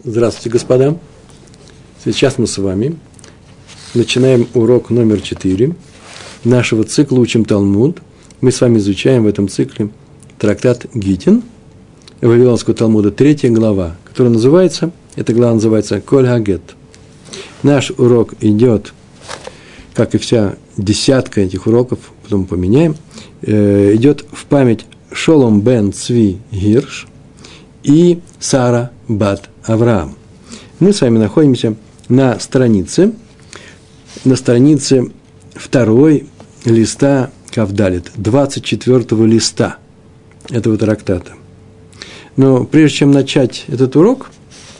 Здравствуйте, господа. Сейчас мы с вами начинаем урок номер 4 нашего цикла «Учим Талмуд». Мы с вами изучаем в этом цикле трактат Гитин, Вавилонского Талмуда, 3 глава, которая называется, эта глава называется «Коль Хагет». Наш урок идет, как и вся десятка этих уроков, потом поменяем, идет в память Шолом бен Цви Гирш и Сара бат Авраам. Мы с вами находимся на странице 2 листа Кавдалит, 24 листа этого трактата. Но прежде чем начать этот урок,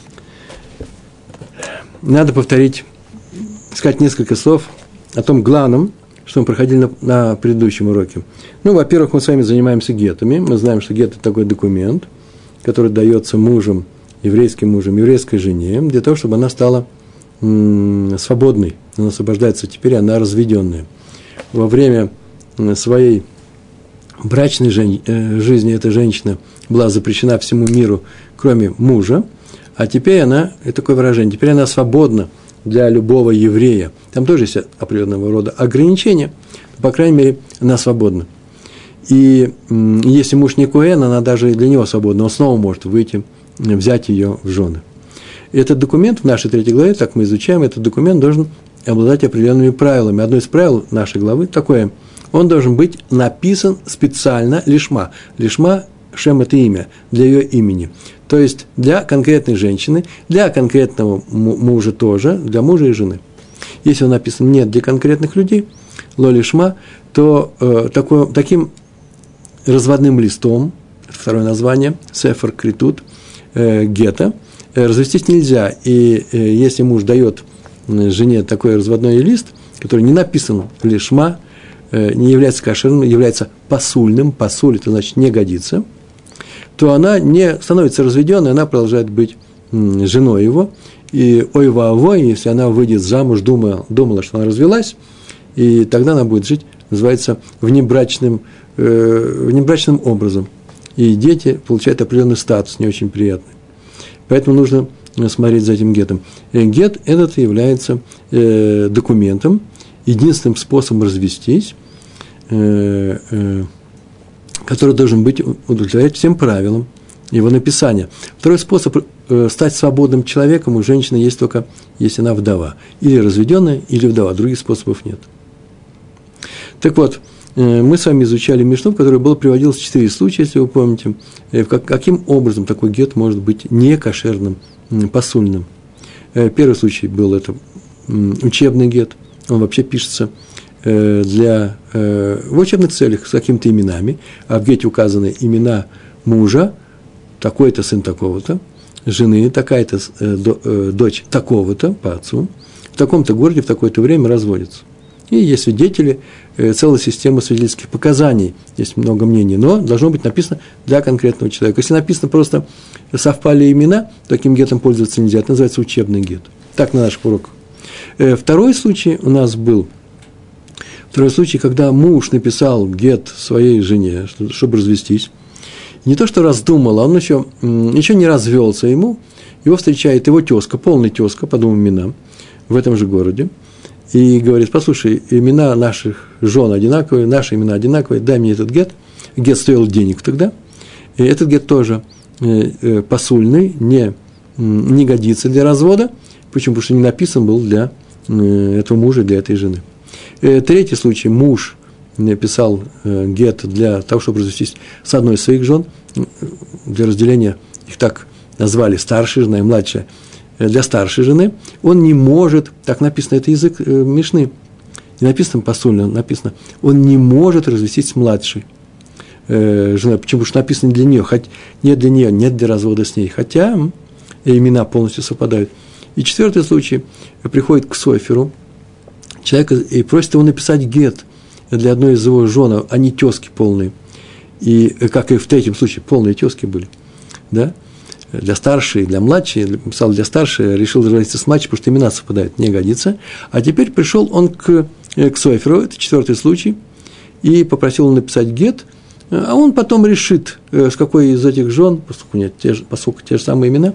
надо сказать несколько слов о том главном, что мы проходили на предыдущем уроке. Во-первых, мы с вами занимаемся гетами. Мы знаем, что гет – это такой документ, который дается еврейским мужем, еврейской жене, для того, чтобы она стала свободной. Она освобождается, теперь она разведенная. Во время своей брачной жизни эта женщина была запрещена всему миру, кроме мужа, а теперь она, это такое выражение, теперь она свободна для любого еврея. Там тоже есть определенного рода ограничения, но, по крайней мере, она свободна. И если муж не коэн, она даже и для него свободна, он снова может выйти, взять ее в жены. И этот документ в нашей 3 главе, так мы изучаем, этот документ должен обладать определенными правилами. Одно из правил нашей главы такое: он должен быть написан специально лишма. Лишма, шем – это имя, для ее имени. То есть для конкретной женщины, для конкретного мужа тоже, для мужа и жены. Если он написан нет для конкретных людей, ло лишма, то таким разводным листом, второе название, сефер критут, гета, развестись нельзя. И если муж дает жене такой разводной лист, который не написан лишма, не является кошерным, является пасульным, пасуль – это значит не годится, то она не становится разведенной, она продолжает быть женой его. И ой-ва-ой, если она выйдет замуж, думала, что она развелась, и тогда она будет жить, называется, внебрачным образом. И дети получают определенный статус, не очень приятный. Поэтому нужно смотреть за этим гетом. Гет этот является документом, единственным способом развестись, который должен удовлетворять всем правилам его написания. Второй способ стать свободным человеком у женщины есть только, если она вдова. Или разведенная, или вдова. Других способов нет. Так вот, мы с вами изучали Мишну, в которой приводилось 4 случая, если вы помните, каким образом такой гет может быть некошерным, пасульным. Первый случай был это учебный гет. Он вообще пишется в учебных целях с какими-то именами, а в гете указаны имена мужа, такой-то сын такого-то, жены, такая-то дочь такого-то по отцу, в таком-то городе в такое-то время разводятся. И есть свидетели, целая система свидетельских показаний, есть много мнений, но должно быть написано для конкретного человека. Если написано просто совпали имена, таким гетом пользоваться нельзя, это называется учебный гет. Так на наших уроках. Второй случай у нас был, когда муж написал гет своей жене, чтобы развестись. Не то, что раздумал, а он еще не развелся его встречает его тезка, полная тезка, по двум именам, в этом же городе, и говорит: послушай, имена наших жен одинаковые, наши имена одинаковые, дай мне этот гет. Гет стоил денег тогда, и этот гет тоже пасульный, не годится для развода. Почему? Потому что не написан был для этого мужа, для этой жены. Третий случай. Муж написал гет для того, чтобы развестись с одной из своих жен, для разделения, их так назвали, старшая жена и младшая, для старшей жены. Он не может, так написано, это язык Мишны, не написано пасульно, написано, он не может развестись с младшей женой. Почему? Потому что написано не для нее, нет для нее, нет для развода с ней, хотя имена полностью совпадают. И четвертый случай. Приходит к Соферу человек и просит его написать гет для одной из его жен, они тезки полные. И, как и в третьем случае, полные тезки были. Да? Для старшей, для младшей, писал для старшей, решил разводиться с младшей, потому что имена совпадают, не годится. А теперь пришел он к Соферу, это четвертый случай, и попросил он написать гет, а он потом решит, с какой из этих жен, поскольку те же самые имена,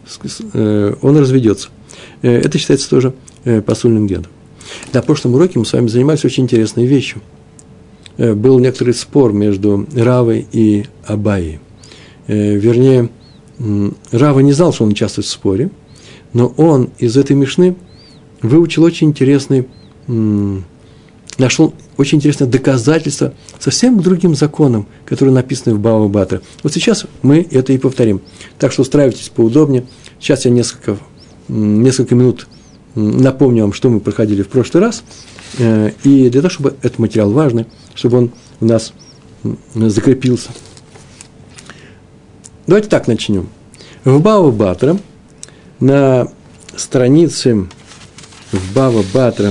он разведется. Это считается тоже посульным гетом. На прошлом уроке мы с вами занимались очень интересной вещью. Был некоторый спор между Равой и Абайей. Вернее, Рава не знал, что он участвует в споре, но он из этой мишны выучил очень интересный, нашел очень интересное доказательство совсем к другим законам, которые написаны в Бава Батра. Вот сейчас мы это и повторим. Так что устраивайтесь поудобнее. Сейчас я несколько минут напомню вам, что мы проходили в прошлый раз. И для того, чтобы этот материал важный, чтобы он у нас закрепился. Давайте так начнем. В Бава Батра, на странице в Бава Батра,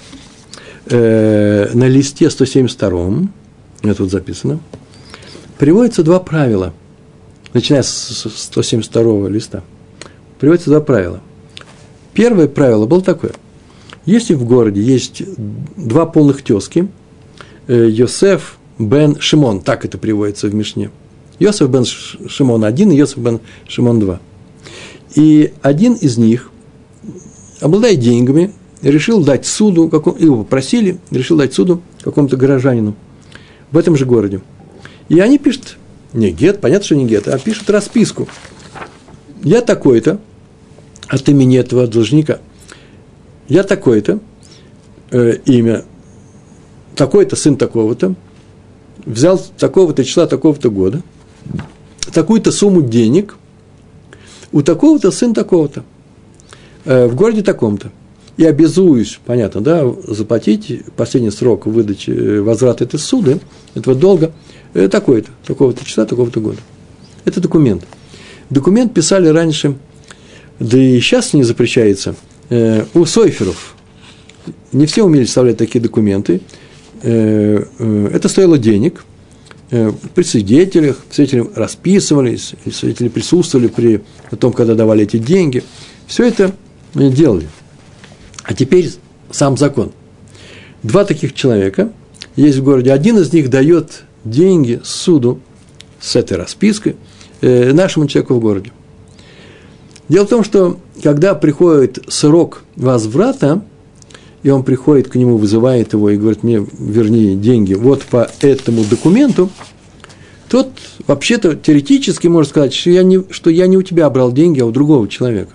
на листе 172, это тут записано, приводится два правила, начиная с 172 листа. Приводится два правила. Первое правило было такое. Если в городе есть два полных тезки, Йосеф бен Шимон, так это приводится в Мишне. Йосеф бен Шимон 1 и Йосеф бен Шимон 2. И один из них, обладая деньгами, решил дать суду, его попросили, решил дать суду какому-то горожанину в этом же городе. И они пишут, не гет, понятно, что не гет, а пишут расписку. Я такой-то, от имени этого должника, я такой-то, имя, такой-то, сын такого-то, взял такого-то числа, такого-то года, такую-то сумму денег у такого-то, сын такого-то, в городе таком-то. И обязуюсь, понятно, да, заплатить последний срок выдачи, возврата этой суды, этого долга, такой-то, такого-то числа, такого-то года. Это документ. Документ писали раньше, да и сейчас не запрещается, у сойферов. Не все умели составлять такие документы. Это стоило денег. При свидетелях, свидетели расписывались, свидетели присутствовали при том, когда давали эти деньги. Все это делали. А теперь сам закон. Два таких человека есть в городе. Один из них дает деньги суду с этой распиской нашему человеку в городе. Дело в том, что когда приходит срок возврата, и он приходит к нему, вызывает его и говорит, мне верни деньги вот по этому документу, тот вообще-то теоретически может сказать, что я не у тебя брал деньги, а у другого человека.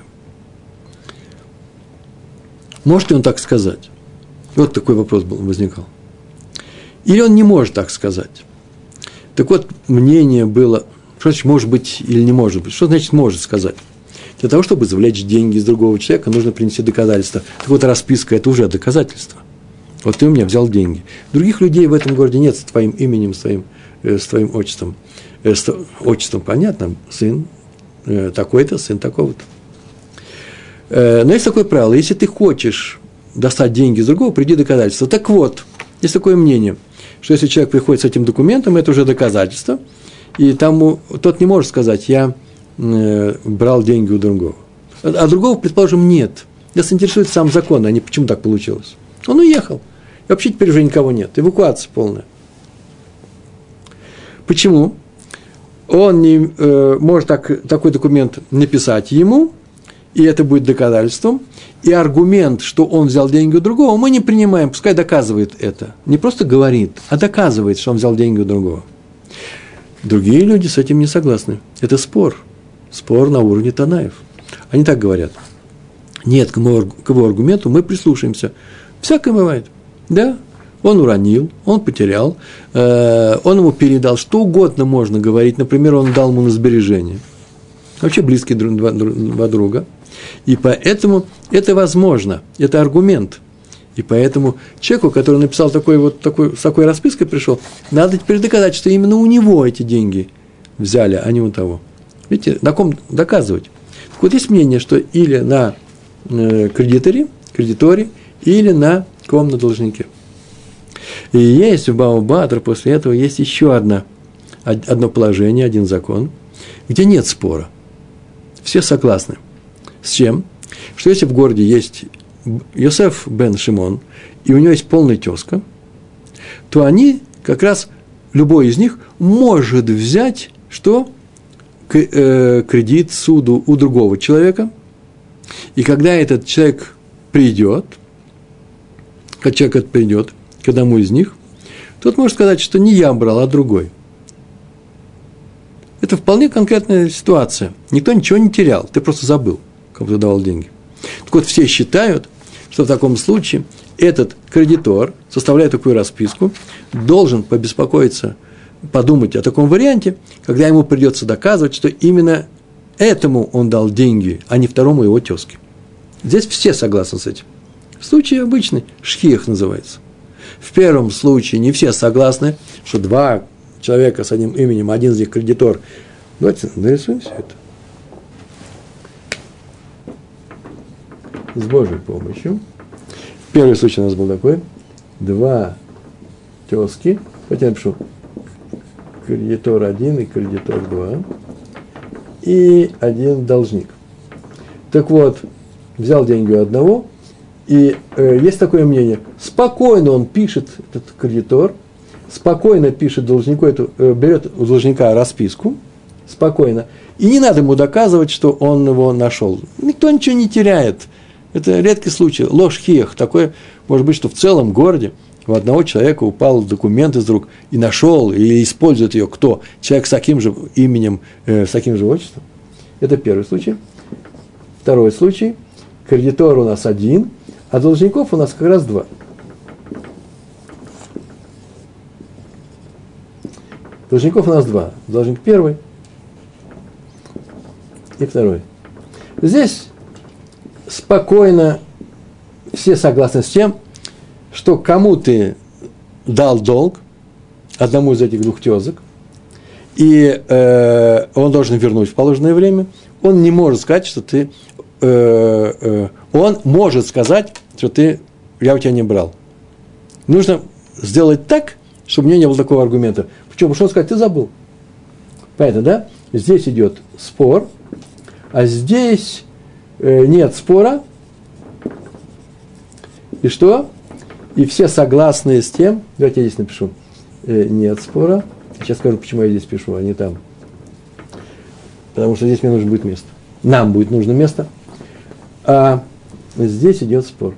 Может ли он так сказать? Вот такой вопрос возникал. Или он не может так сказать? Так вот, мнение было, что значит может быть или не может быть? Что значит может сказать? Для того, чтобы извлечь деньги из другого человека, нужно принести доказательства. Так вот, расписка – это уже доказательство. Вот ты у меня взял деньги. Других людей в этом городе нет с твоим именем, с твоим отчеством. Отчеством понятно, сын такой-то, сын такого-то. Но есть такое правило, если ты хочешь достать деньги из другого, приди доказательства. Так вот, есть такое мнение, что если человек приходит с этим документом, это уже доказательство, и тот не может сказать, я брал деньги у другого. А другого, предположим, нет. Нас интересует сам закон, а не почему так получилось. Он уехал. И вообще теперь уже никого нет. Эвакуация полная. Почему? Он не может такой документ написать ему, и это будет доказательством. И аргумент, что он взял деньги у другого, мы не принимаем. Пускай доказывает это. Не просто говорит, а доказывает, что он взял деньги у другого. Другие люди с этим не согласны. Это спор. Спор на уровне Танаев. Они так говорят. Нет, к его аргументу мы прислушаемся. Всякое бывает. Да, он уронил, он потерял, он ему передал, что угодно можно говорить. Например, он дал ему на сбережение. Вообще близкие два друга. И поэтому это возможно, это аргумент. И поэтому человеку, который написал с такой распиской пришел, надо теперь доказать, что именно у него эти деньги взяли, а не у того. Видите, на ком доказывать? Так вот, есть мнение, что или на кредиторе, или на ком на должнике. И есть в Бава Батра после этого есть еще одно положение, один закон, где нет спора. Все согласны. С чем? Что если в городе есть Йосеф бен Шимон, и у него есть полная тезка, то они, как раз, любой из них может взять, что? кредит, суду у другого человека, и когда этот человек придет, когда человек этот придет к одному из них, тот может сказать, что не я брал, а другой. Это вполне конкретная ситуация. Никто ничего не терял, ты просто забыл, кому ты давал деньги. Так вот, все считают, что в таком случае этот кредитор, составляя такую расписку, должен побеспокоиться, подумать о таком варианте, когда ему придется доказывать, что именно этому он дал деньги, а не второму его тезке. Здесь все согласны с этим. Случай обычный, шхиях называется. В первом случае не все согласны, что два человека с одним именем, один из них кредитор. Давайте нарисуем все это. С Божьей помощью. Первый случай у нас был такой. Два тезки. Вот я напишу. Кредитор 1 и кредитор 2. И один должник. Так вот, взял деньги у одного. И есть такое мнение. Спокойно он пишет, этот кредитор, спокойно пишет должнику, берет у должника расписку. Спокойно. И не надо ему доказывать, что он его нашел. Никто ничего не теряет. Это редкий случай. Ложь хиях. Такое может быть, что в целом городе у одного человека упал документ из рук и нашел, и использует ее кто? Человек с таким же именем, с таким же отчеством. Это первый случай. Второй случай. Кредитор у нас один, а должников у нас как раз два. Должников у нас два. Должник первый и второй. Здесь спокойно все согласны с тем, что кому ты дал долг, одному из этих двух тезок, и он должен вернуть в положенное время, он не может сказать, что ты... он может сказать, что я у тебя не брал. Нужно сделать так, чтобы у меня не было такого аргумента. Почему? Потому что он скажет, ты забыл. Понятно, да? Здесь идет спор, а здесь нет спора. И что? И все согласны с тем, давайте я здесь напишу, нет спора. Сейчас скажу, почему я здесь пишу, а не там. Потому что здесь мне нужно будет место. Нам будет нужно место. А здесь идет спор.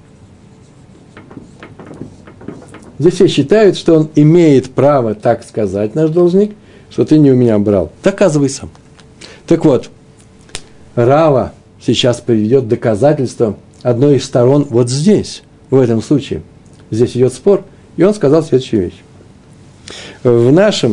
Здесь все считают, что он имеет право так сказать, наш должник, что ты не у меня брал. Доказывай сам. Так вот, Рава сейчас приведет доказательство одной из сторон вот здесь, в этом случае. Здесь идет спор, и он сказал следующую вещь. В нашей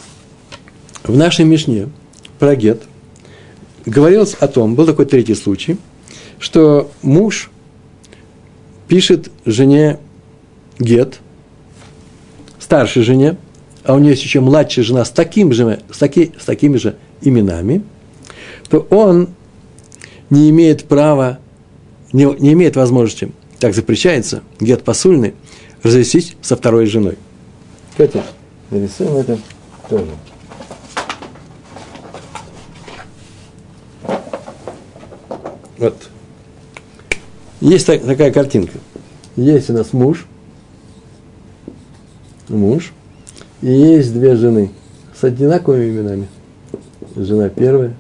Мишне про гет говорилось о том, был такой третий случай, что муж пишет жене гет, старшей жене, а у нее есть еще младшая жена с такими же именами, то он не имеет права, не имеет возможности, так запрещается, гет посульный, развестись со второй женой. Давайте нарисуем это тоже. Вот. Есть такая картинка. Есть у нас муж, и есть две жены с одинаковыми именами. Жена первая,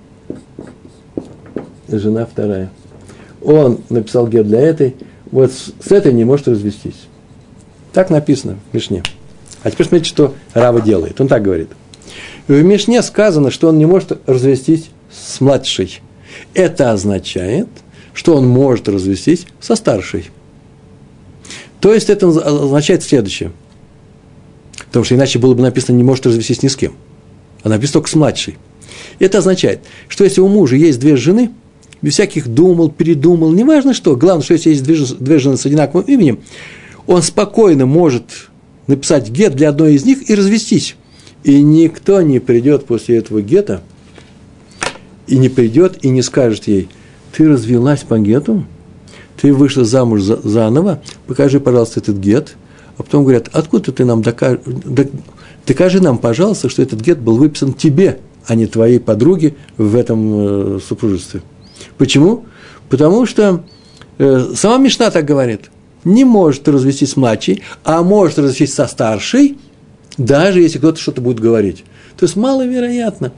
жена вторая. Он написал гет для этой, вот с этой не может развестись. Так написано в Мишне. А теперь смотрите, что Рава делает. Он так говорит. В Мишне сказано, что он не может развестись с младшей. Это означает, что он может развестись со старшей. То есть это означает следующее. Потому что иначе было бы написано, не может развестись ни с кем. А написано только с младшей. Это означает, что если у мужа есть две жены, без всяких думал, передумал, неважно что, главное, что если есть две жены с одинаковым именем, он спокойно может написать гет для одной из них и развестись. И никто не придет после этого гета, и не придет и не скажет ей, ты развелась по гету, ты вышла замуж заново, покажи, пожалуйста, этот гет. А потом говорят, откуда ты нам докажи нам, пожалуйста, что этот гет был выписан тебе, а не твоей подруге в этом супружестве. Почему? Потому что сама Мишна так говорит. Не может развестись с младшей, а может развестись со старшей, даже если кто-то что-то будет говорить. То есть маловероятно,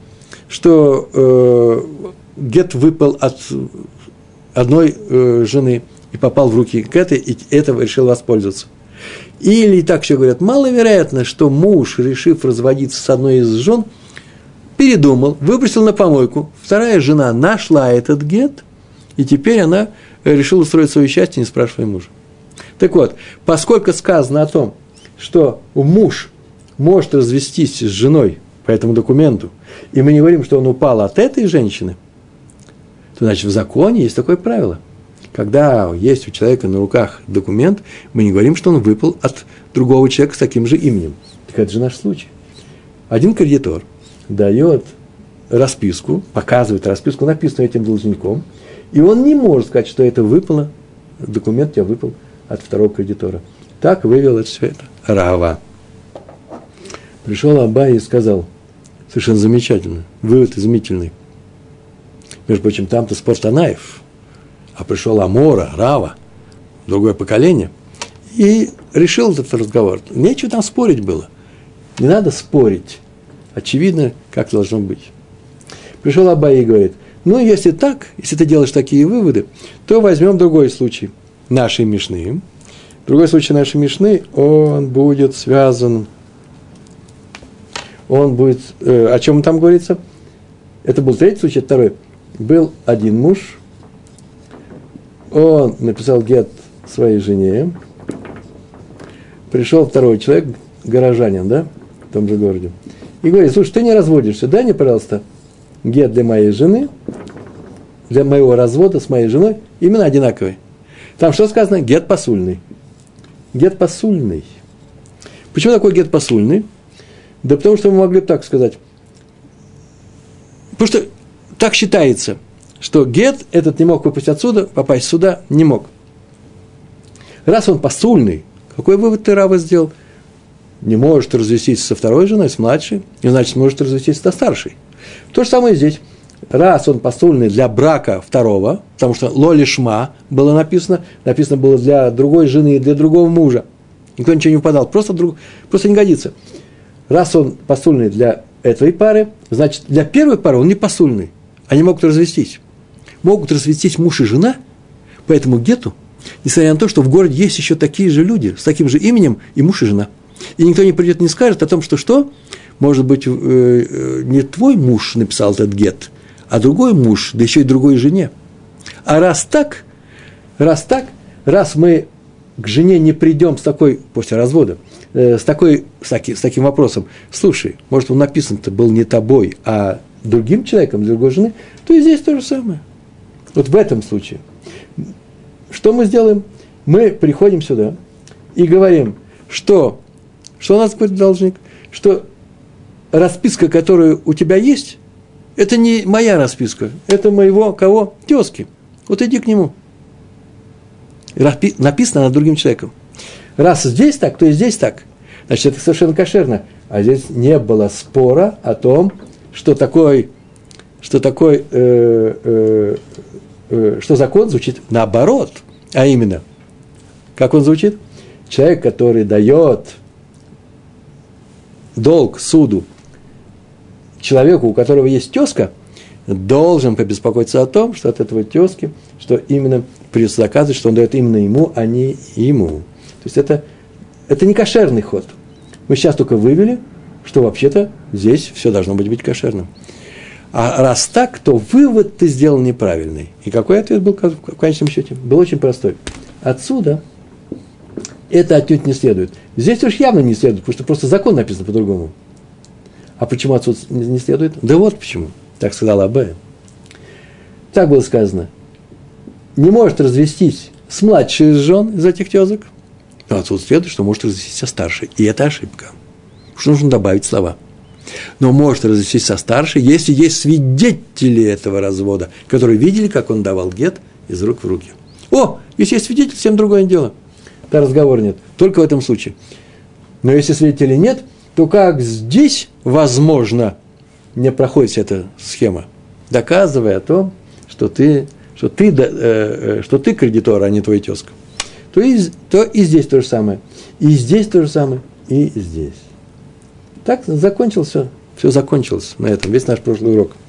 что гет выпал от одной жены и попал в руки к этой, и этого решил воспользоваться. Или так еще говорят, маловероятно, что муж, решив разводиться с одной из жен, передумал, выбросил на помойку. Вторая жена нашла этот гет, и теперь она решила устроить свое счастье, не спрашивая мужа. Так вот, поскольку сказано о том, что муж может развестись с женой по этому документу, и мы не говорим, что он упал от этой женщины, то, значит, в законе есть такое правило. Когда есть у человека на руках документ, мы не говорим, что он выпал от другого человека с таким же именем. Так это же наш случай. Один кредитор дает расписку, показывает расписку, написанную этим должником, и он не может сказать, что это выпало, документ у тебя выпал от второго кредитора. Так вывел это все это Рава. Пришел Абай и сказал, совершенно замечательно, вывод изумительный. Между прочим, там-то спор Танаев, а пришел Амора, Рава, другое поколение, и решил этот разговор. Нечего там спорить было. Не надо спорить. Очевидно, как должно быть. Пришел Абай и говорит, ну, если так, если ты делаешь такие выводы, то возьмем другой случай нашей Мишны. Другой случай нашей Мишны, он будет связан, о чем там говорится? Это был третий случай, второй. Был один муж, он написал гет своей жене, пришел второй человек, горожанин, да, в том же городе, и говорит, слушай, ты не разводишься, дай мне, пожалуйста, гет для моей жены, для моего развода с моей женой, именно одинаковый. Там что сказано? Гет посульный. Гет посульный. Почему такой гет посульный? Да потому что мы могли бы так сказать. Потому что так считается, что гет этот не мог выпустить отсюда, попасть сюда не мог. Раз он посульный, какой вывод ты, Рава, сделал? Не может развестись со второй женой, с младшей, и значит, может развестись со старшей. То же самое здесь. Раз он посульный для брака второго, потому что лолишма было написано было для другой жены и для другого мужа. Никто ничего не упадал, просто не годится. Раз он посульный для этой пары, значит, для первой пары он не посульный. Они могут развестись. Могут развестись муж и жена по этому гету, несмотря на то, что в городе есть еще такие же люди с таким же именем и муж и жена. И никто не придет, не скажет о том, что может быть, не твой муж написал этот гет, а другой муж, да еще и другой жене. А раз мы к жене не придем с такой, после развода, с таким вопросом, слушай, может, он написан-то был не тобой, а другим человеком, другой жены, то и здесь то же самое. Вот в этом случае. Что мы сделаем? Мы приходим сюда и говорим, что у нас говорит должник, что расписка, которая у тебя есть, это не моя расписка, это моего кого? Тезки. Вот иди к нему. Написано она другим человеком. Раз здесь так, то и здесь так. Значит, это совершенно кошерно. А здесь не было спора о том, что закон звучит наоборот. А именно, как он звучит? Человек, который дает долг суду человеку, у которого есть тезка, должен побеспокоиться о том, что от этого тезки, что именно придется доказывать, что он дает именно ему, а не ему. То есть это не кошерный ход. Мы сейчас только вывели, что вообще-то здесь все должно быть кошерным. А раз так, то вывод ты сделал неправильный. И какой ответ был в конечном счете? Был очень простой. Отсюда это отнюдь не следует. Здесь уж явно не следует, потому что просто закон написан по-другому. А почему отсюда не следует? Да вот почему. Так сказал Абай. Так было сказано. Не может развестись с младшей из жен из этих тезок. Но отсюда следует, что может развестись со старшей. И это ошибка. Потому что нужно добавить слова. Но может развестись со старшей, если есть свидетели этого развода, которые видели, как он давал гет из рук в руки. Если есть свидетель, совсем другое дело. Да, разговора нет. Только в этом случае. Но если свидетелей нет, то как здесь, возможно, не проходит вся эта схема, доказывая о том, что ты кредитор, а не твой тезка. То и здесь то же самое. И здесь то же самое. И здесь. Так закончилось все. Все закончилось на этом. Весь наш прошлый урок.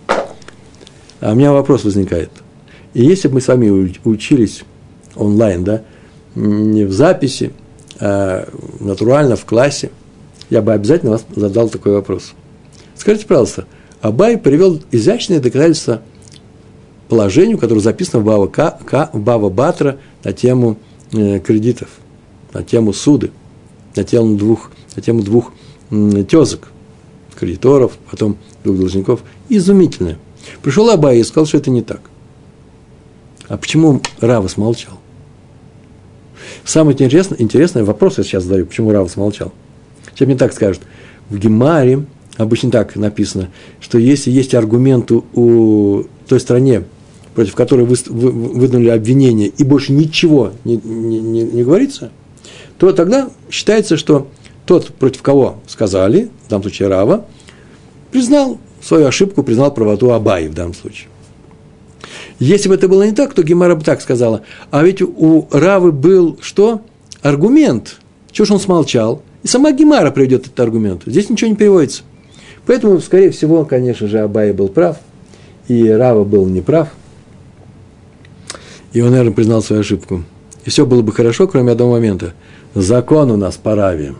А у меня вопрос возникает. И если бы мы с вами учились онлайн, да, не в записи, а натурально в классе, я бы обязательно вас задал такой вопрос. Скажите, пожалуйста, Абай привел изящное доказательство положению, которое записано в Бава Батра на тему кредитов, на тему суды, на тему двух тезок, кредиторов, потом двух должников. Изумительное. Пришел Абай и сказал, что это не так. А почему Рава смолчал? Самый интересный вопрос я сейчас задаю, почему Рава смолчал. Сейчас мне так скажут, в Гемаре обычно так написано, что если есть аргументы у той стране, против которой выдвинули обвинение, и больше ничего не говорится, то тогда считается, что тот, против кого сказали, в данном случае Рава, признал свою ошибку, признал правоту Абая в данном случае. Если бы это было не так, то Гемара бы так сказала, а ведь у Равы был что? Аргумент. Чего же он смолчал? И сама Гемара приведет этот аргумент. Здесь ничего не приводится. Поэтому, скорее всего, конечно же, Абай был прав, и Рава был неправ. И он, наверное, признал свою ошибку. И все было бы хорошо, кроме одного момента. Закон у нас по Раве.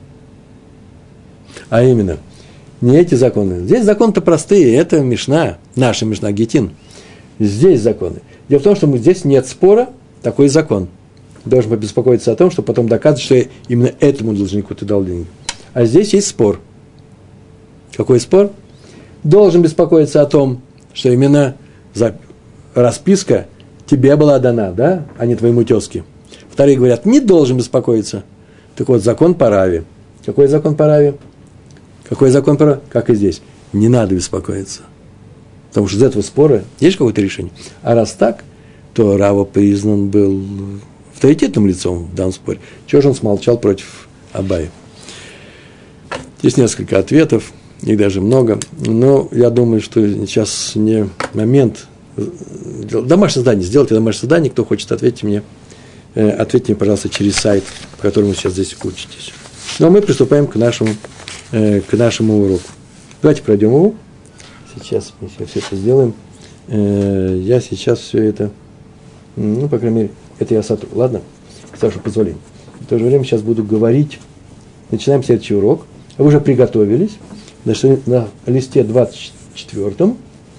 А именно, не эти законы. Здесь законы-то простые, это Мишна, наша Мишна Гитин. Здесь законы. Дело в том, что здесь нет спора, такой закон. Должен побеспокоиться о том, что потом доказывать, что именно этому должнику ты дал деньги. А здесь есть спор. Какой спор? Должен беспокоиться о том, что именно расписка тебе была дана, да, а не твоему тезке. Вторые говорят, не должен беспокоиться. Так вот, закон по Раве. Какой закон по Раве? Какой закон по Раве? Как и здесь. Не надо беспокоиться. Потому что из этого спора есть какое-то решение. А раз так, то Рава признан был авторитетным лицом в данном споре. Чего же он смолчал против Абая? Есть несколько ответов, их даже много. Но я думаю, что сейчас не момент. Домашнее задание. Сделайте домашнее задание. Кто хочет, ответьте мне, пожалуйста, через сайт, по которому вы сейчас здесь учитесь. Ну, а мы приступаем к нашему уроку. Давайте пройдем его. Сейчас мы все это сделаем. Я сейчас все это, ну, по крайней мере, это я сотру. Ладно? Саша, позволи. В то же время сейчас буду говорить. Начинаем следующий урок. Вы уже приготовились. Значит, на листе 24,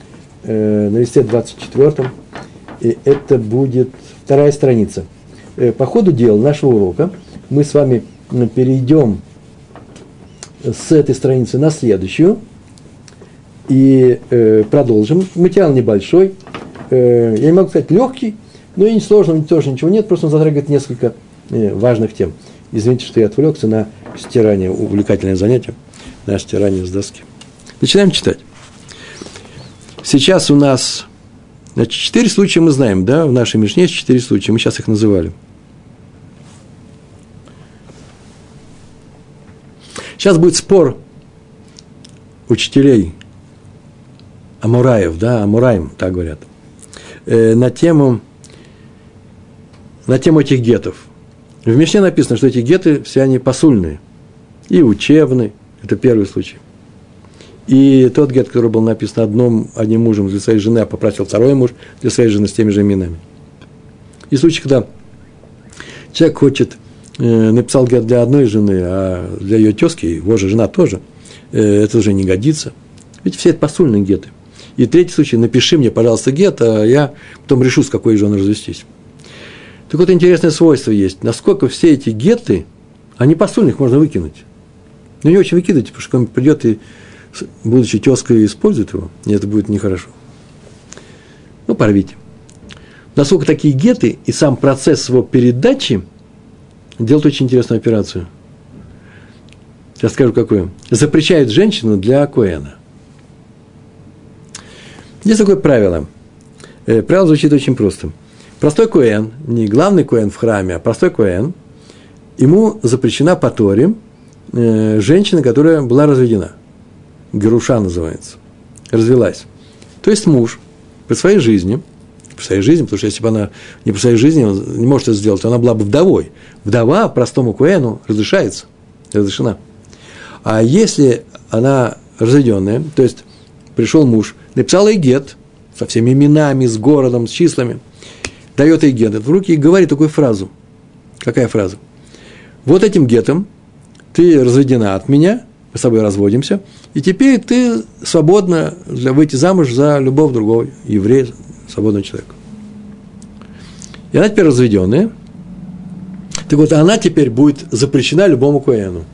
и это будет вторая страница. По ходу дела нашего урока мы с вами перейдем с этой страницы на следующую и продолжим. Материал небольшой, я не могу сказать легкий, но и не сложного тоже ничего нет, просто он затрагивает несколько важных тем. Извините, что я отвлекся на стирание, увлекательное занятие, на стирание с доски. Начинаем читать. Сейчас у нас, значит, 4 случая мы знаем, да, в нашей Мишне есть 4 случая, мы сейчас их называли. Сейчас будет спор учителей Амураев, да, Амураим, так говорят, на тему этих гетов. В Мишне написано, что эти геты все они посульные и учебные, это первый случай. И тот гет, который был написан одним мужем для своей жены, а попросил второй муж для своей жены с теми же именами. И случай, когда человек написал гет для одной жены, а для ее тезки, его же жена тоже, это уже не годится. Ведь все это посульные геты. И третий случай, напиши мне, пожалуйста, гет, а я потом решу, с какой женой развестись. Так вот, интересное свойство есть. Насколько все эти геты, они посульных можно выкинуть. Но не очень выкидывайте, потому что кто-нибудь придет и, будучи тезкой, использует его, и это будет нехорошо. Ну, порвите. Насколько такие геты и сам процесс его передачи делают очень интересную операцию. Сейчас скажу, какую. Запрещают женщину для коэна. Есть такое правило. Правило звучит очень просто. Простой коэн, не главный коэн в храме, а простой коэн, ему запрещена по Торе женщина, которая была разведена. Геруша называется. Развелась. То есть муж при своей жизни, потому что если бы она не при своей жизни не может это сделать, то она была бы вдовой. Вдова простому коэну разрешена. А если она разведенная, то есть пришел муж, написал ей гет, со всеми именами, с городом, с числами, дает ей гет в руки и говорит такую фразу. Какая фраза? Вот этим гетом ты разведена от меня, мы с тобой разводимся, и теперь ты свободна выйти замуж за любого другого еврея, свободного человека. И она теперь разведенная. Так вот, она теперь будет запрещена любому коэну.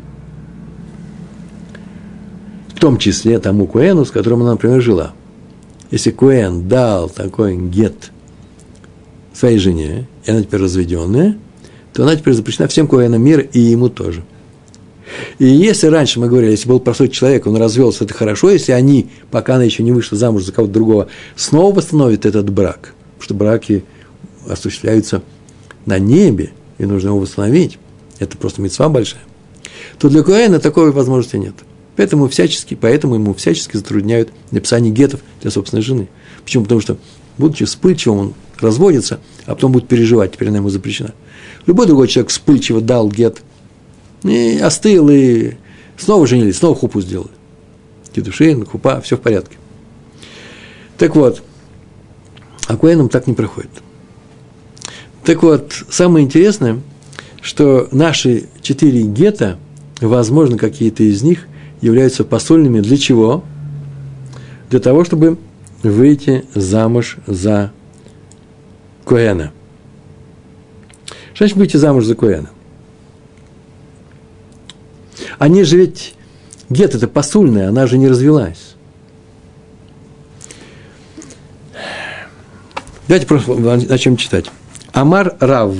В том числе тому коэну, с которым она, например, жила. Если коэн дал такой гет своей жене, и она теперь разведенная, то она теперь запрещена всем коэнам мира, и ему тоже. И если раньше мы говорили, если был простой человек, он развелся, это хорошо, если они, пока она еще не вышла замуж за кого-то другого, снова восстановят этот брак, потому что браки осуществляются на небе, и нужно его восстановить, это просто мицва большая, то для коэна такой возможности нет. Поэтому ему всячески затрудняют написание гетов для собственной жены. Почему? Потому что, будучи вспыльчивым, он разводится, а потом будет переживать, теперь она ему запрещена. Любой другой человек вспыльчиво дал гет, и остыл, и снова женились, снова хупу сделали. Кидушин, хупа, все в порядке. Так вот, а коэнам так не проходит. Так вот, самое интересное, что наши 4 гета, возможно, какие-то из них являются посольными для чего? Для того, чтобы выйти замуж за коэна. Что значит выйти замуж за коэна? Они же ведь, гет это посульная, она же не развелась. Давайте просто начнем читать. Амар Рав.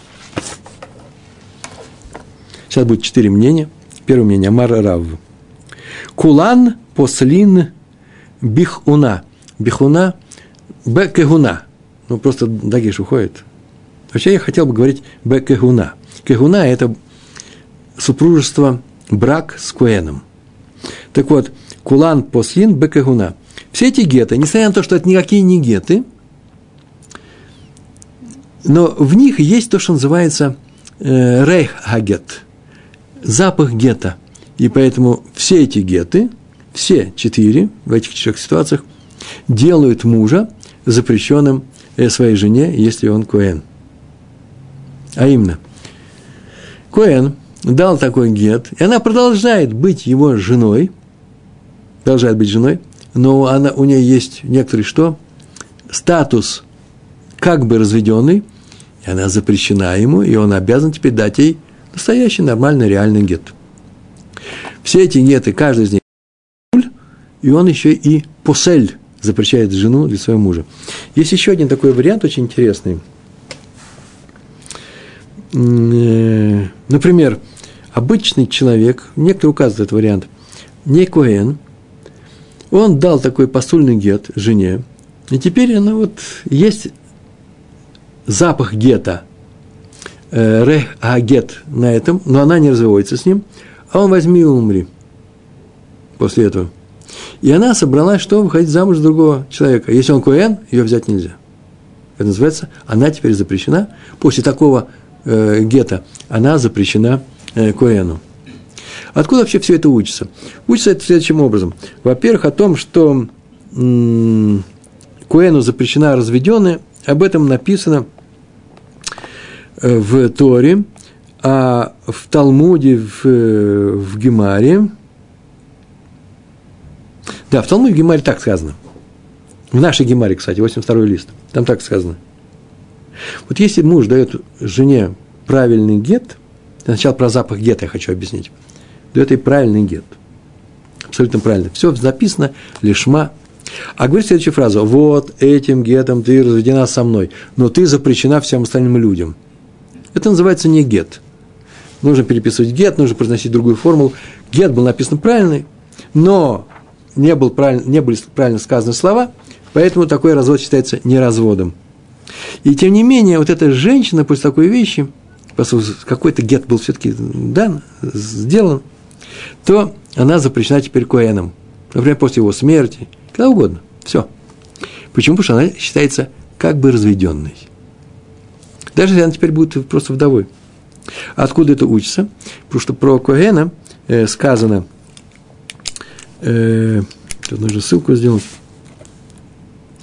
Сейчас будет 4 мнения. Первое мнение. Амар Рав. Кулан послин бихуна. Бихуна бекегуна. Ну, просто дагиш уходит. Вообще, я хотел бы говорить бекегуна. Кегуна – это супружество, брак с коэном. Так вот, кулан послин бекегуна. Все эти геты, несмотря на то, что это никакие не геты, но в них есть то, что называется рейх-хагет, запах гета. И поэтому все эти геты, все 4 в этих 4 ситуациях, делают мужа запрещенным своей жене, если он коэн. А именно, коэн дал такой гет, и она продолжает быть его женой, но у нее есть некоторый что? Статус как бы разведенный, и она запрещена ему, и он обязан теперь дать ей настоящий, нормальный, реальный гет. Все эти геты, каждый из них, и он еще и посель запрещает жену для своего мужа. Есть еще один такой вариант, очень интересный. Например, обычный человек, некоторые указывают этот вариант, не коэн, он дал такой посульный гет жене, и теперь она вот есть запах гета, гет на этом, но она не разводится с ним, а он возьми и умри после этого. И она собралась, что выходить замуж за другого человека. Если он коэн, ее взять нельзя. Это называется, она теперь запрещена. После такого гета она запрещена коэну. Откуда вообще все это учится? Учится это следующим образом. Во-первых, о том, что коэну запрещена разведенная, об этом написано в Торе, а в Талмуде, в Гемаре. Да, в Талмуде, в Гемаре так сказано. В нашей Гемаре, кстати, 82-й лист. Там так сказано. Вот если муж дает жене правильный гет, сначала про запах гета я хочу объяснить, дает ей правильный гет. Абсолютно правильно. Все записано, лишма. А говорит следующую фразу. Вот этим гетом ты разведена со мной, но ты запрещена всем остальным людям. Это называется не гет. Нужно переписывать гет, нужно произносить другую формулу. Гет был написан правильный, но не были правильно сказаны слова, поэтому такой развод считается неразводом. И тем не менее, вот эта женщина после такой вещи, поскольку какой-то гет был все-таки дан, сделан, то она запрещена теперь коэном. Например, после его смерти, когда угодно. Все. Почему? Потому что она считается как бы разведенной. Даже если она теперь будет просто вдовой. Откуда это учится? Потому что про коэна сказано, тут нужно ссылку сделать,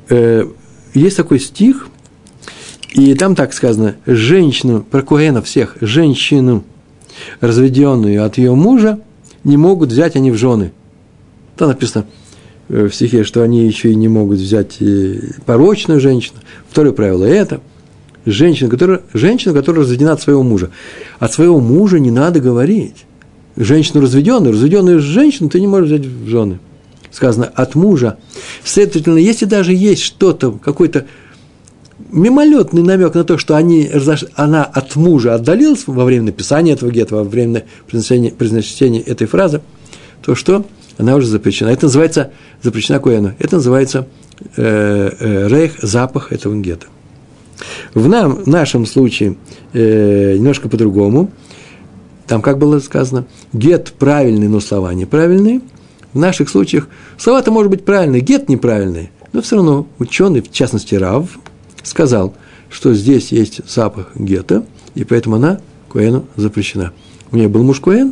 есть такой стих, и там так сказано, женщину, про коэнов всех, женщину, разведенную от ее мужа, не могут взять они в жены. Там написано в стихе, что они еще и не могут взять порочную женщину. Второе правило – это женщина, которая разведена от своего мужа. От своего мужа не надо говорить. Женщину разведенную женщину ты не можешь взять в жены. Сказано от мужа. Следовательно, если даже есть что-то, какой-то мимолетный намек на то, что она от мужа отдалилась во время написания этого гета, во время произнесения этой фразы, то что? Она уже запрещена. Это называется запрещена коэну. Это называется рейх, запах этого гета. В нашем случае немножко по-другому. Там, как было сказано, гет правильный, но слова неправильные. В наших случаях слова-то, может быть, правильные, гет неправильный, но все равно ученый, в частности Рав, сказал, что здесь есть запах гета, и поэтому она коэну запрещена. У нее был муж коэн,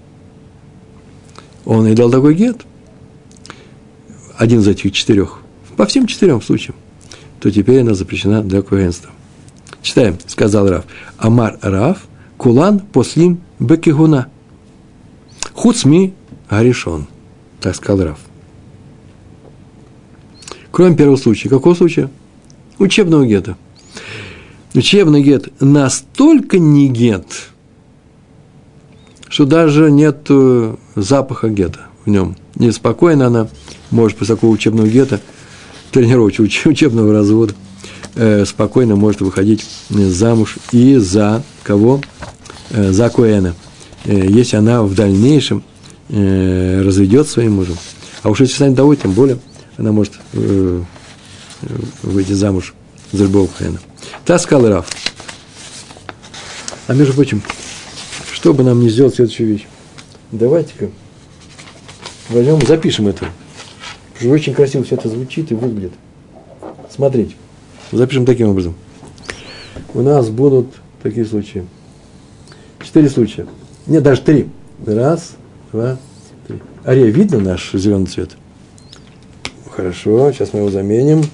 он ей дал такой гет, один из этих 4, по всем 4 случаям, то теперь она запрещена для коэнства. Читаем, сказал Рав. Амар Рав, кулан послим бекигуна, хуцми гаришон. Так сказал Рав. Кроме первого случая. Какого случая? Учебного гета. Учебный гет настолько не гет, что даже нет запаха гета в нем. Неспокойно она может после такого учебного гета, тренировочного учебного развода, спокойно может выходить замуж и за кого? За коэна. Если она в дальнейшем разведет своим мужем. А уж если станет довой, тем более она может выйти замуж за любого коэна. Так сказал Рав. А между прочим, что бы нам не сделать следующую вещь? Давайте-ка возьмем, запишем это. Потому что очень красиво все это звучит и выглядит. Смотрите. Запишем таким образом. У нас будут такие случаи. 4 случая. Нет, даже 3. 1, 2, 3. Ария, видно наш зеленый цвет? Хорошо, сейчас мы его заменим.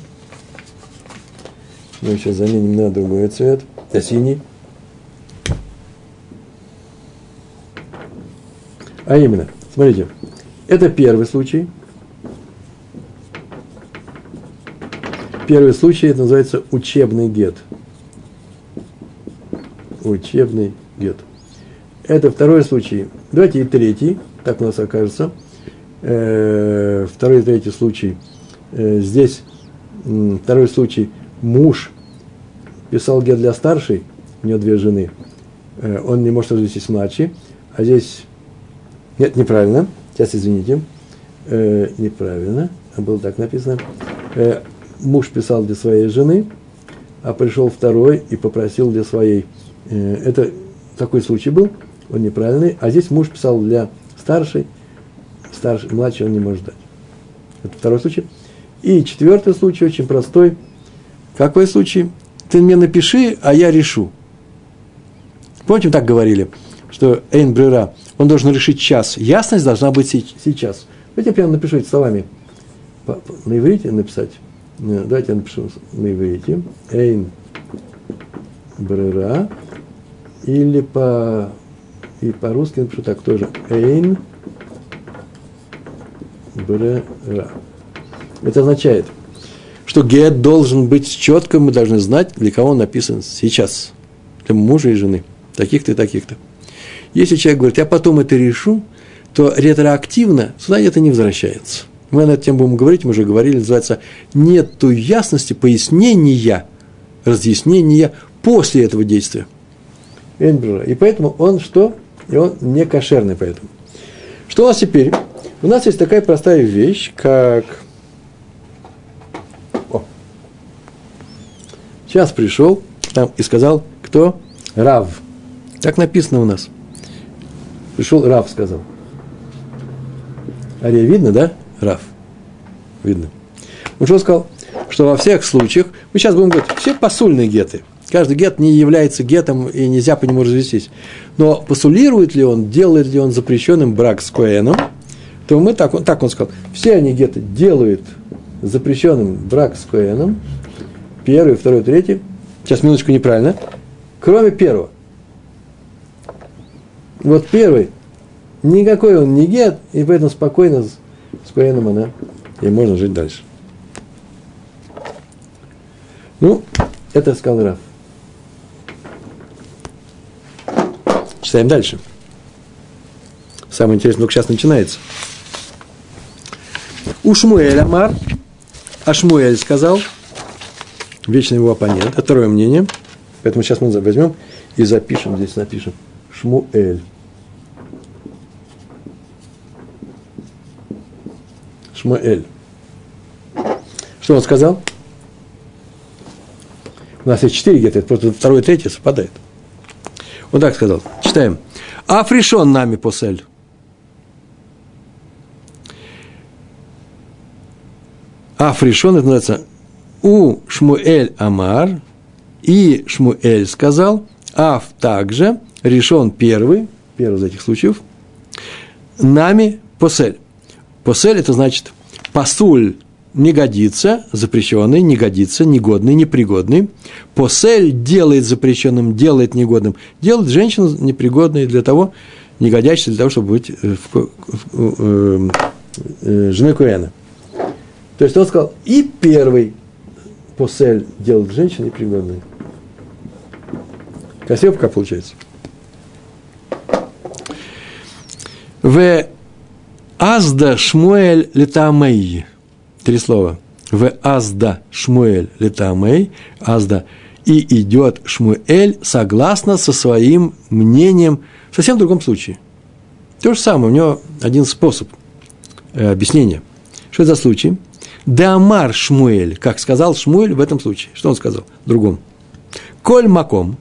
Мы сейчас заменим на другой цвет. На синий. А именно, смотрите, это первый случай. Первый случай, это называется учебный гет. Учебный гет. Это второй случай. Давайте и третий, так у нас окажется. Второй и третий случай. Здесь второй случай. Муж писал гет для старшей, у него 2 жены. Он не может развестись с младшей. А здесь... Нет, неправильно. Сейчас, извините. Неправильно. Было так написано. Муж писал для своей жены, а пришел второй и попросил для своей. Это такой случай был, он неправильный. А здесь муж писал для старшей, младшей он не может дать. Это второй случай. И 4 случай, очень простой. Какой случай? Ты мне напиши, а я решу. Помните, так говорили, что эйн брера, он должен решить час. Ясность должна быть сейчас. Давайте я прямо напишу эти словами. На иврите написать. Давайте я напишу на иврите. Эйн брера. Или по-русски напишу так тоже. Эйн брера. Это означает, что гет должен быть четко, мы должны знать, для кого он написан сейчас. Для мужа и жены. Таких-то и таких-то. Если человек говорит, я потом это решу, то ретроактивно сюда это не возвращается. Мы на эту тему будем говорить, мы уже говорили, называется нету ясности, пояснения, разъяснения после этого действия. И поэтому он что? И он не кошерный поэтому. Что у нас теперь? У нас есть такая простая вещь, как... Сейчас пришел там и сказал, кто? Рав. Так написано у нас. Пришел Рав, сказал. Ария, видно, да? Рав. Видно. Он что сказал? Что во всех случаях, мы сейчас будем говорить, все посульные геты. Каждый гет не является гетом, и нельзя по нему развестись. Но посулирует ли он, делает ли он запрещенным брак с коэном, то мы так он сказал, все они геты делают запрещенным брак с коэном, первый, второй, третий, сейчас минуточку неправильно, кроме первого. Вот первый, никакой он не гет, и поэтому спокойно с коэном она, и можно жить дальше. Ну, это сказал Рав. Читаем дальше. Самое интересное только сейчас начинается. У Шмуэль Амар, а Шмуэль сказал, вечный его оппонент, это второе мнение, поэтому сейчас мы возьмем и запишем, здесь напишем Шмуэль. Шмуэль. Что он сказал? У нас есть 4 гетто, это просто второе и третье совпадает. Он так сказал. Читаем. Афришон нами посель. Афришон, это называется у Шмуэль Амар, и Шмуэль сказал, Аф также, решен первый из этих случаев, нами посель. Посель это значит пасуль не годится, запрещенный, не годится, негодный, непригодный. Посель делает запрещенным, делает негодным, делает женщину непригодной для того, негодящей для того, чтобы быть женой коэна. То есть он сказал, и первый посель делает женщину непригодной. Красиво пока получается. В Азда Шмуэль Летамей. 3 слова. В Азда Шмуэль Летамей. Азда. И идет Шмуэль согласно со своим мнением в совсем другом случае. То же самое. У него один способ объяснения. Что это за случай? Деамар Шмуэль. Как сказал Шмуэль в этом случае. Что он сказал? В другом. Коль маком.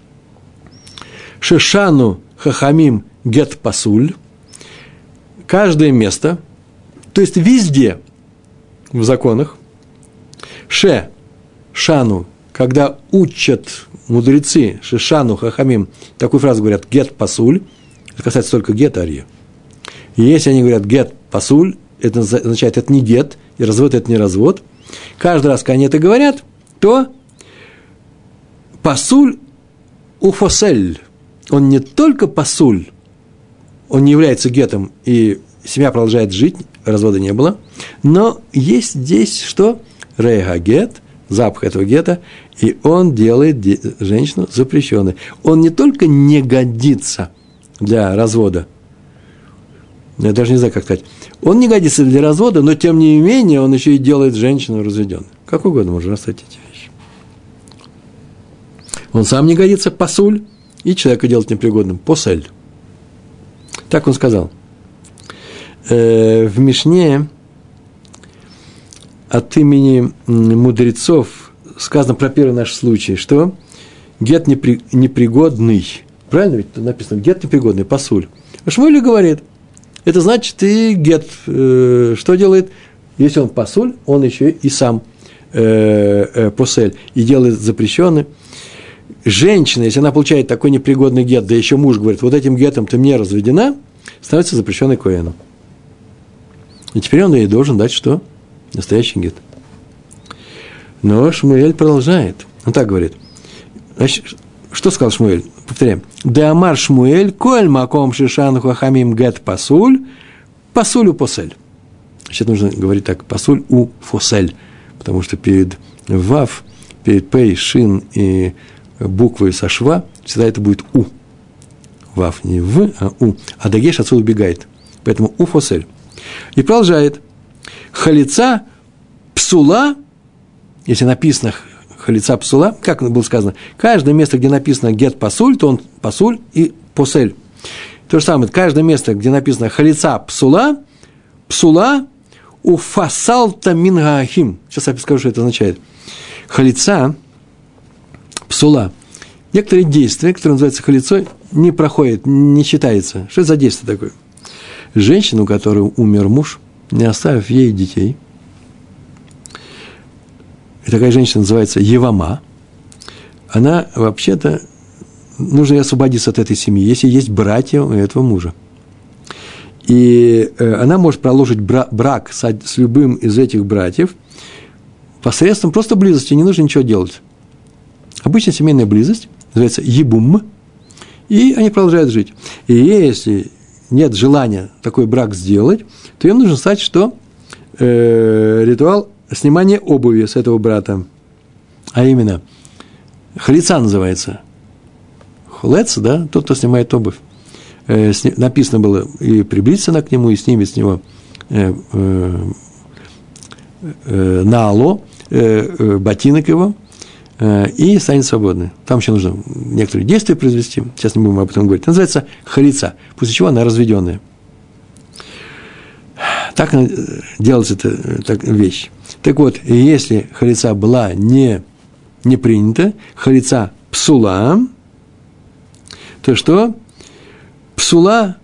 Шешану хахамим гет пасуль. Каждое место, то есть везде в законах, шану, когда учат мудрецы, шешану хахамим, такую фразу говорят гет пасуль, это касается только гет арье. И если они говорят гет пасуль, это означает, это не гет, и развод это не развод. Каждый раз, когда они это говорят, то пасуль уфосель, он не только пасуль, он не является гетом, и семья продолжает жить, развода не было, но есть здесь что? Рейга гет, запах этого гета, и он делает женщину запрещенной. Он не только не годится для развода, я даже не знаю, как сказать, он не годится для развода, но тем не менее он еще и делает женщину разведенной. Как угодно можно расставить эти вещи. Он сам не годится, пасуль, и человека делает непригодным, посель. Так он сказал. В Мишне от имени мудрецов сказано про первый наш случай, что гет непригодный. Правильно ведь написано? Гет непригодный, пасуль. А Шмуэль говорит, это значит, и гет что делает? Если он пасуль, он еще и сам посель, и делает запрещенный. Женщина, если она получает такой непригодный гет, да еще муж говорит, вот этим гетом ты мне разведена, становится запрещенной коэном. И теперь он ей должен дать что? Настоящий гет. Но Шмуэль продолжает. Он так говорит. Значит, что сказал Шмуэль? Повторяем. Деамар Шмуэль, коль маком шишан хахамим гет пасуль, пасуль у посель. Сейчас нужно говорить так, пасуль у фосель, потому что перед вав, перед пей, шин и буквой со шва, всегда это будет у. Вав не в, а у. А дагеш отсюда убегает. Поэтому у фосель. И продолжает. Халица псула, если написано халица псула, как было сказано, каждое место, где написано гет пасуль, то он пасуль и посель. То же самое, каждое место, где написано халица псула, псула у фасалта мингаахим. Сейчас я скажу, что это означает. Халица псула. Некоторые действия, которые называются халицой, не проходят, не считается. Что это за действие такое? Женщина, у которой умер муж, не оставив ей детей, и такая женщина называется Евама, она вообще-то, нужно ей освободиться от этой семьи, если есть братья у этого мужа. И она может продолжить брак с любым из этих братьев посредством просто близости, не нужно ничего делать. Обычная семейная близость называется ебум, и они продолжают жить. И если нет желания такой брак сделать, то им нужно знать, что ритуал снимания обуви с этого брата, а именно халица называется. Хулец, да, тот, кто снимает обувь. Написано было и приблизится она к нему, и снимет с него наало, ботинок его, и станет свободной. Там еще нужно некоторые действия произвести, сейчас не будем об этом говорить. Это называется халица, после чего она разведенная. Так делается эта вещь. Так вот, если халица была не принята, халица псула, то что? Псула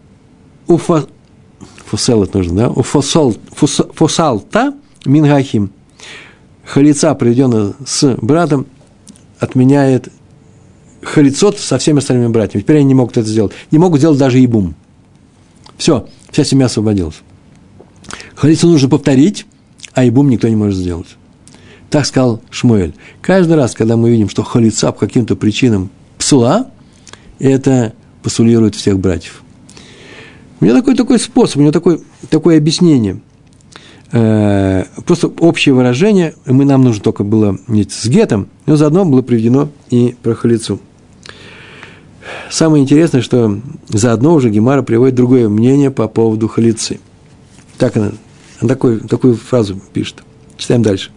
фусалт нужно, да? Фусалта мингахим. Халица, проведенная с братом, отменяет халицот со всеми остальными братьями. Теперь они не могут это сделать. Не могут сделать даже ибум. Все, вся семья освободилась. Халицу нужно повторить, а ибум никто не может сделать. Так сказал Шмуэль. Каждый раз, когда мы видим, что халица по каким-то причинам псула, это посулирует всех братьев. У меня такой способ, у меня такое объяснение. Просто общее выражение, нам нужно только было с гетом, но заодно было приведено и про халицу. Самое интересное, что заодно уже Гемара приводит другое мнение по поводу халицы. Так она такую фразу пишет. Читаем дальше.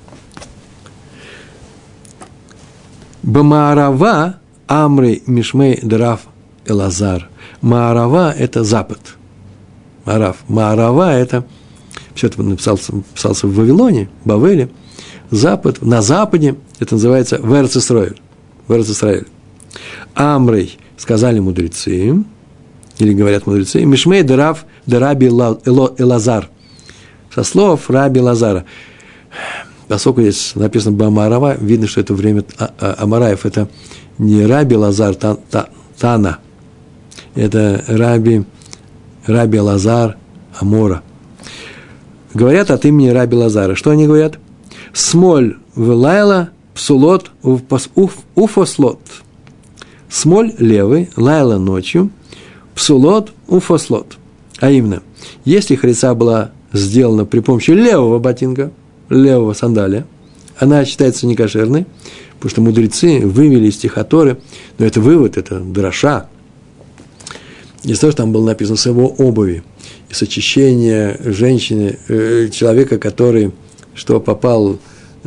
Бамаарава амрей мишмей драф элазар. Маарава – это запад. Маарава – это, все это писался в Вавилоне, Бавеле, запад, на западе, это называется Верец Исраэль. Амрей, сказали мудрецы, или говорят мудрецы, мишмей драф раби элазар. Со слов раби Лазара. Поскольку здесь написано Бамаарава, видно, что это время Амараев. Это не раби Лазар Тана, это раби Лазар Амора. Говорят от имени раби Лазара. Что они говорят? Смоль в псулот уфослот. Смоль левый, лайла ночью, псулот уфослот. А именно, если халица была сделана при помощи левого ботинка, левого сандалия, она считается некошерной, потому что мудрецы вывели из стиха Торы, но это вывод, это дроша, из того, что там было написано с его обуви, и с очищения женщины, человека, который, что попал, у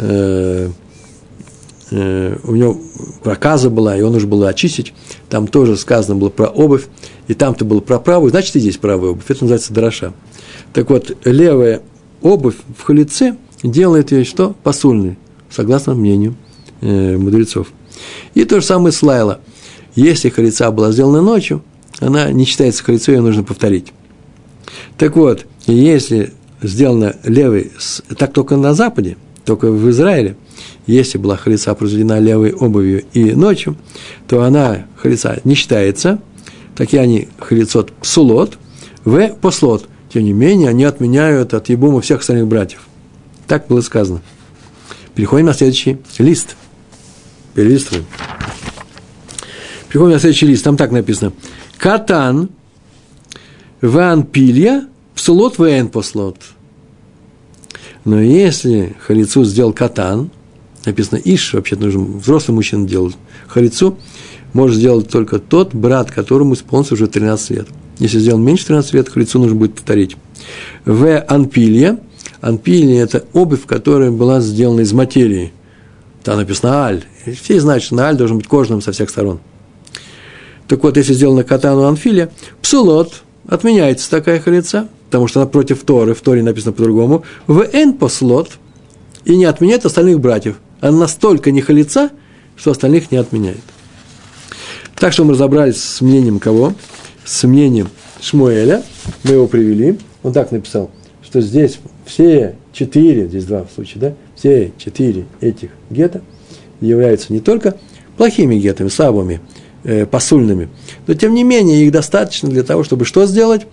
него проказа была, и он нужно было очистить, там тоже сказано было про обувь, и там-то было про правую, значит, и здесь правая обувь, это называется дроша. Так вот, левая обувь в халице делает ее что? Пасульной, согласно мнению мудрецов. И то же самое с лайла. Если халица была сделана ночью, она не считается халицой, ее нужно повторить. Так вот, если сделана левой, так только на Западе, только в Израиле, если была халица произведена левой обувью и ночью, то она, халица, не считается, такие они халицот псулот, в послот. Тем не менее, они отменяют от ебума всех остальных братьев. Так было сказано. Переходим на следующий лист. Перелистываем. Переходим на следующий лист. Там так написано. Катан ван пилья псулот вен послот. Но если халицу сделал катан, написано иш, вообще нужно взрослый мужчина делать. Халицу может сделать только тот брат, которому исполнится уже 13 лет. Если сделал меньше 13 лет, халицу нужно будет повторить. В анпилья. Анпилья – это обувь, которая была сделана из материи. Там написано аль. Все знают, что на аль должен быть кожаным со всех сторон. Так вот, если сделана катану анфилия, псулот, отменяется такая халица, потому что она против Торы, в Торе написано по-другому, в эн послот, и не отменяет остальных братьев. Она настолько не халица, что остальных не отменяет. Так что мы разобрались с мнением кого? С мнением Шмуэля, мы его привели, он так написал, что здесь все 4, здесь 2 в случае, да, все 4 этих гетто являются не только плохими геттами, слабыми, посульными, но тем не менее их достаточно для того, чтобы что сделать?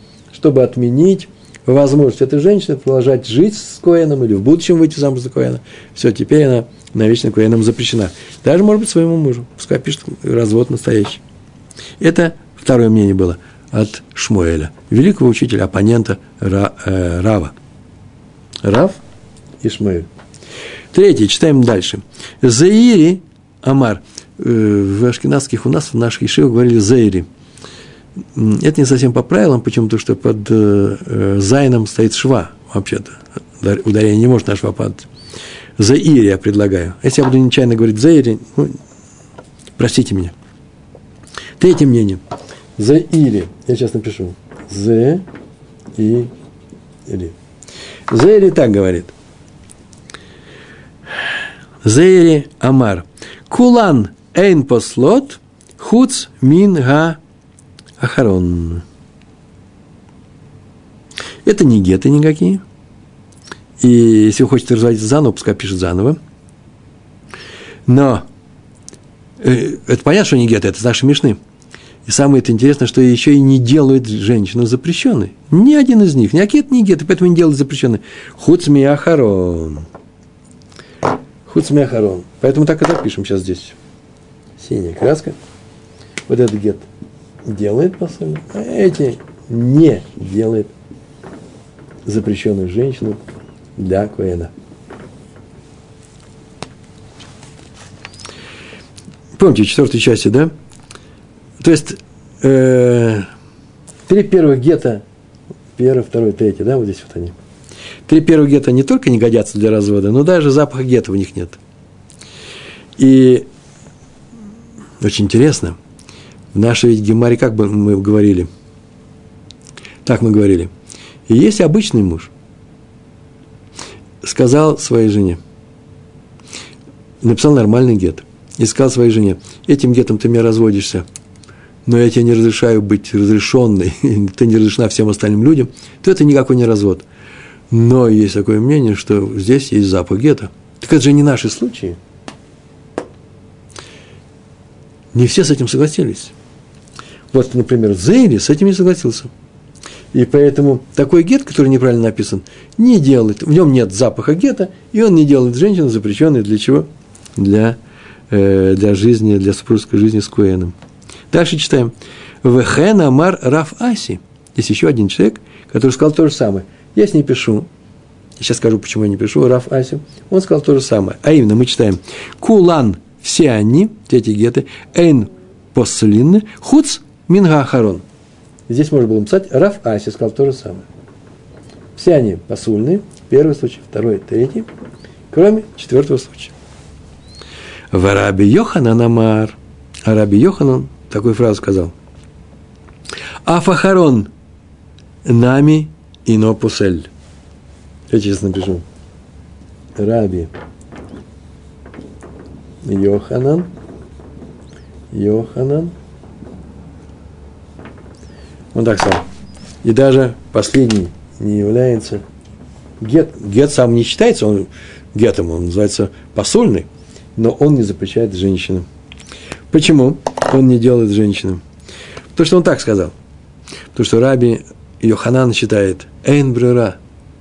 чтобы отменить возможность этой женщины продолжать жить с коэном или в будущем выйти замуж за коэна. Все, теперь она навечно коэном запрещена. Даже, может быть, своему мужу. Пускай пишет развод настоящий. Это второе мнение было от Шмуэля, великого учителя, оппонента Рава. Рав и Шмуэль. Третье, читаем дальше. Заири Амар. В ашкеназских у нас, в наших ешивах говорили Заири. Это не совсем по правилам, почему-то, что под зайном стоит шва, вообще-то. Ударение не может на шва падать. Заири я предлагаю. Если я буду нечаянно говорить Заири, простите меня. Третье мнение. Заири. Я сейчас напишу. Заири. Заири так говорит. Заири Амар. Кулан эйн послот хуц мин га ахарон. Это не геты никакие. И если вы хотите разводиться заново, пускай пишет заново. Но это понятно, что не геты, это наши мишны. И самое это интересное, что еще и не делают женщину запрещенной. Ни один из них, никакие это не геты, поэтому не делают запрещенной. Хуц ми ахарон. Хуц ми ахарон. Поэтому так и запишем сейчас здесь. Синяя краска. Вот этот гет делает посольно, а эти не делает запрещенную женщину для коэна. Помните, в 4 части, да? То есть, 3 первых гета, 1, 2, 3, да, вот здесь вот они. 3 первых гета не только не годятся для развода, но даже запаха гета у них нет. И очень интересно, в нашей гемаре, как бы мы говорили, так мы говорили, и если обычный муж сказал своей жене, написал нормальный гет, и сказал своей жене, этим гетом ты меня разводишься, но я тебе не разрешаю быть разрешенной, ты не разрешена всем остальным людям, то это никакой не развод. Но есть такое мнение, что здесь есть запах гета. Так это же не наши случаи. Не все с этим согласились. Вот, например, Зейри с этим не согласился. И поэтому такой гет, который неправильно написан, не делает, в нем нет запаха гета, и он не делает женщину запрещенной для чего? Для жизни, для супружеской жизни с коэном. Дальше читаем. Вехен амар Рав Аси. Есть еще один человек, который сказал то же самое. Я с ней пишу. Я сейчас скажу, почему я не пишу. Рав Аси. Он сказал то же самое. А именно, мы читаем. Кулан, все они, эти геты, эйн послинны, хуц минга ахарон. Здесь можно было написать, Рав Аси сказал то же самое. Все они посульные. Первый случай, второй, третий. Кроме 4 случая. В Раби Йоханан амар. А Раби Йоханан такую фразу сказал. Афахарон нами ино пусель. Я сейчас напишу. Раби Йоханан. Он так сказал. И даже последний не является гет. Гет сам не считается, он гетом, он называется посульный, но он не запрещает женщинам. Почему он не делает женщинам? Потому что он так сказал. Потому что Раби Йоханан считает эйн брера.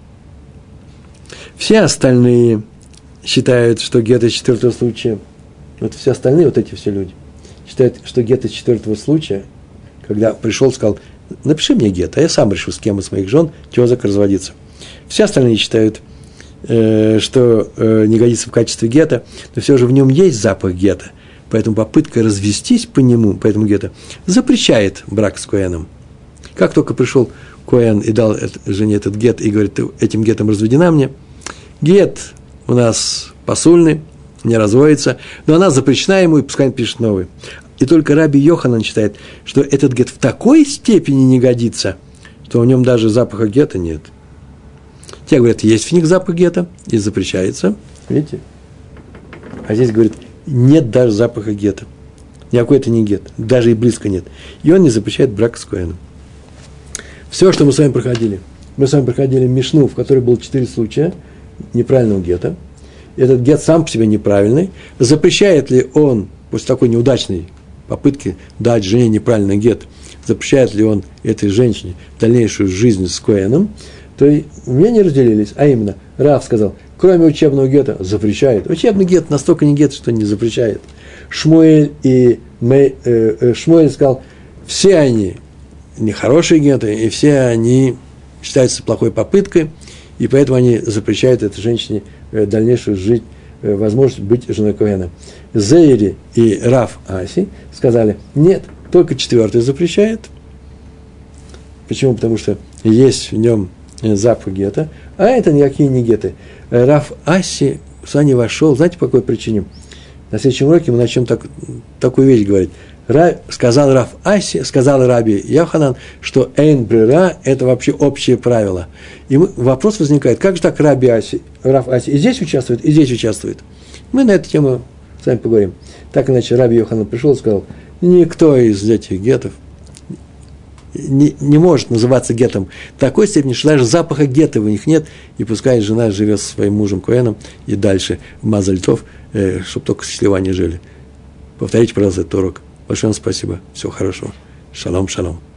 Все остальные считают, что гет из 4 случая, вот все остальные, вот эти все люди, считают, что гет из 4 случая, когда пришел, сказал, напиши мне гет, а я сам решу, с кем из моих жен тезок разводиться. Все остальные считают, что не годится в качестве гета, но все же в нем есть запах гета. Поэтому попытка развестись по нему, по этому гету, запрещает брак с коэном. Как только пришел коэн и дал жене этот гет и говорит, ты этим гетом разведена мне, гет у нас посульный, не разводится, но она запрещена ему, и пускай он пишет новый. И только Раби Йоханан считает, что этот гет в такой степени не годится, что в нем даже запаха гета нет. Те говорят, есть в них запах гета, и запрещается. Видите? А здесь говорит, нет даже запаха гета. Никакой это не гет, даже и близко нет. И он не запрещает брак с коэном. Все, что мы с вами проходили. Мы с вами проходили Мишну, в которой было 4 случая неправильного гета. Этот гет сам по себе неправильный. Запрещает ли он после такой неудачной попытки дать жене неправильный гет запрещает ли он этой женщине дальнейшую жизнь с коэном, то мнения разделились, а именно, Рав сказал, кроме учебного гетто запрещает. Учебный гетто настолько не гетто, что не запрещает. Шмуэль сказал, все они нехорошие гетто, и все они считаются плохой попыткой, и поэтому они запрещают этой женщине дальнейшую жить, возможность быть женой коэна. Зейри и Рав Аси сказали, нет, только 4 запрещает. Почему? Потому что есть в нем запах гетто, а это никакие не гетты. Рав Аси сюда не вошел, знаете, по какой причине? На следующем уроке мы начнем такую вещь говорить. Сказал Рав Аси, сказал Раби Йоханан, что эйн брера – это вообще общее правило. И вопрос возникает, как же так Рав Аси и здесь участвует, и здесь участвует? Мы на эту тему с вами поговорим. Так иначе Раби Йоханан пришел и сказал, никто из этих гетов не может называться гетом в такой степени, что даже запаха гетто у них нет, и пускай жена живет со своим мужем коэном и дальше в Мазальтов, чтобы только счастливо они жили. Повторите, пожалуйста, этот урок. Большое вам спасибо. Всего хорошего. Шалом, шалом.